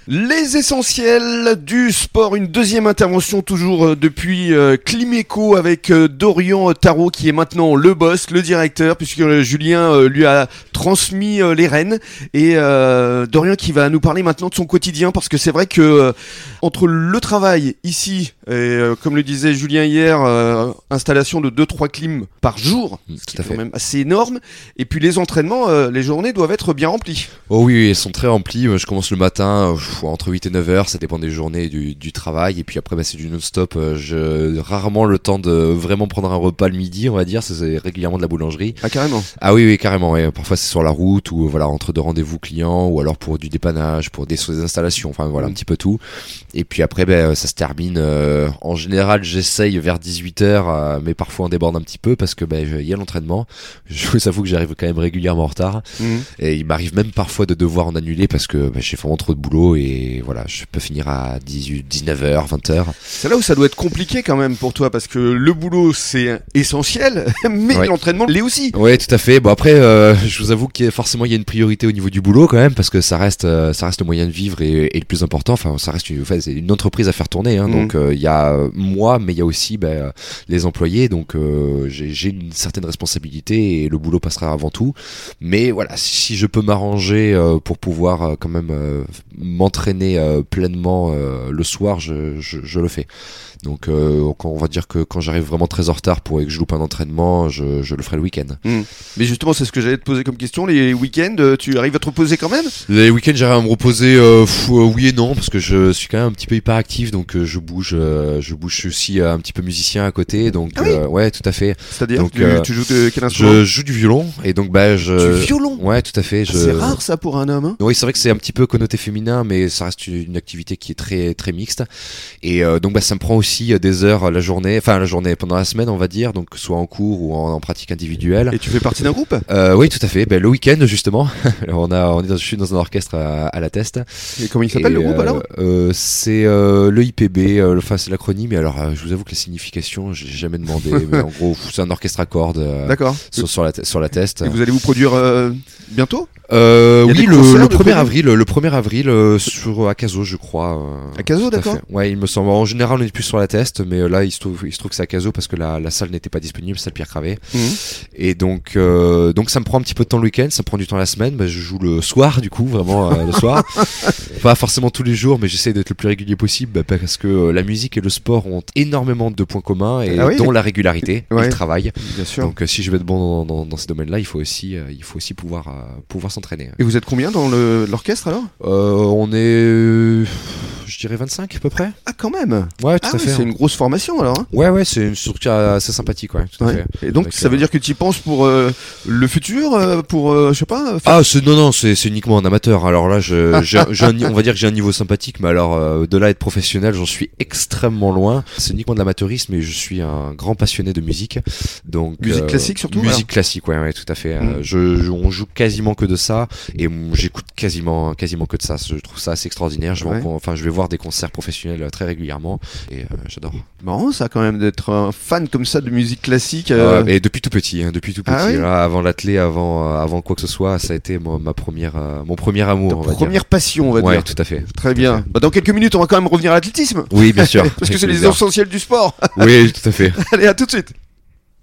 Les essentiels du sport, une deuxième intervention toujours depuis Climéco avec Dorian Tarot qui est maintenant le boss, le directeur, puisque Julien lui a transmis les rênes. Et Dorian qui va nous parler maintenant de son quotidien, parce que c'est vrai que entre le travail ici, et comme le disait Julien hier, installation de 2-3 clims par jour, ce qui est quand même assez énorme, et puis les entraînements, les journées doivent être bien remplies. Oh oui, elles sont très remplies. Je commence le matin entre 8 et 9 heures, ça dépend des journées et du travail, et puis après c'est du non-stop. J'ai rarement le temps de vraiment prendre un repas le midi, on va dire, c'est régulièrement de la boulangerie. Ah carrément. Ah oui carrément, ouais. Parfois c'est sur la route, ou voilà, entre deux rendez-vous clients, ou alors pour du dépannage, pour des installations, enfin voilà, un petit peu tout. Et puis après ça se termine, en général j'essaye vers 18h, mais parfois on déborde un petit peu parce que il y a l'entraînement. Je vous avoue que j'arrive quand même régulièrement en retard, et il m'arrive même parfois de devoir en annuler parce que j'ai vraiment trop de boulot, et voilà, je peux finir à 19h, 20h. C'est là où ça doit être compliqué quand même pour toi, parce que le boulot c'est essentiel, mais l'entraînement l'est aussi. Ouais, tout à fait. Bon après, je vous avoue qu'il y a une priorité au niveau du boulot quand même, parce que ça reste le moyen de vivre et le plus important. Enfin, ça reste c'est une entreprise à faire tourner, hein. Donc il y a moi, mais il y a aussi les employés. Donc j'ai une certaine responsabilité, et le boulot passera avant tout. Mais voilà, si je peux m'arranger pour pouvoir quand même m'entraîner pleinement le soir, je le fais. Donc on va dire que quand j'arrive vraiment très en retard et que je loupe un entraînement, je le ferai le week-end. Mais justement, c'est ce que j'allais te poser comme question. Les week-ends, tu arrives à te reposer quand même? Les week-ends, j'arrive à me reposer, oui et non, parce que je suis quand même un petit peu hyperactif, donc je bouge. Je suis aussi un petit peu musicien à côté, donc ouais, tout à fait. C'est-à-dire, donc, tu joues de quel instrument? Je joue du violon, et donc Du violon? Ouais, tout à fait. C'est rare ça pour un homme, hein? Oui, c'est vrai que c'est un petit peu connoté féminin, mais ça reste une activité qui est très très mixte, et donc ça me prend aussi des heures la journée pendant la semaine, on va dire, donc soit en cours ou en pratique individuelle. Et tu fais partie d'un groupe? Oui, tout à fait. Le week-end justement, je suis dans un orchestre à La Teste. Et comment il s'appelle le groupe alors? C'est le IPB, c'est l'acronyme. Mais alors, je vous avoue que la signification, j'ai jamais demandé. Mais en gros, c'est un orchestre à cordes. D'accord. Sur la Teste. Et vous allez vous produire bientôt? Oui, le 1er avril, sur Akazo, je crois. Akazo, d'accord. Ouais, il me semble. En général, on est plus sur La Teste, mais là, il se trouve que c'est Akazo parce que la salle n'était pas disponible, salle Pierre Cravé. Et donc ça me prend un petit peu de temps le week-end, ça me prend du temps la semaine. Je joue le soir, du coup, vraiment le soir. Pas forcément tous les jours, mais j'essaie d'être le plus régulier possible, parce que la musique et le sport ont énormément de points communs, et dont la régularité et le travail. Bien sûr. Donc si je veux être bon dans ces domaines-là, il faut aussi pouvoir s'entraîner. Et vous êtes combien dans l'orchestre alors? On est, je dirais 25 à peu près. Ah quand même. Ouais, tout à fait. C'est une grosse formation alors, hein? Ouais, c'est une structure assez sympathique, ouais, tout à fait. Et donc ça veut dire que tu y penses pour le futur, pour je sais pas. Non, c'est uniquement un amateur. Alors là, on va dire que j'ai un niveau sympathique, mais alors de là à être professionnel, j'en suis extrêmement loin. C'est uniquement de l'amateurisme, et je suis un grand passionné de musique. Donc musique classique surtout. Musique classique, ouais, tout à fait. On joue quasiment que de ça, et j'écoute quasiment que de ça. Je trouve ça assez extraordinaire. Je vais voir des concerts professionnels très régulièrement, et j'adore. Marrant ça quand même d'être un fan comme ça de musique classique. Et depuis tout petit, Ah oui. Là, avant l'athlé, avant quoi que ce soit, ça a été mon premier amour. Première passion, on va dire. Ouais, tout à fait. Très bien. Dans quelques minutes, on va quand même revenir à l'athlétisme. Oui, bien sûr. Parce que c'est les essentiels du sport. Oui, tout à fait. Allez, à tout de suite.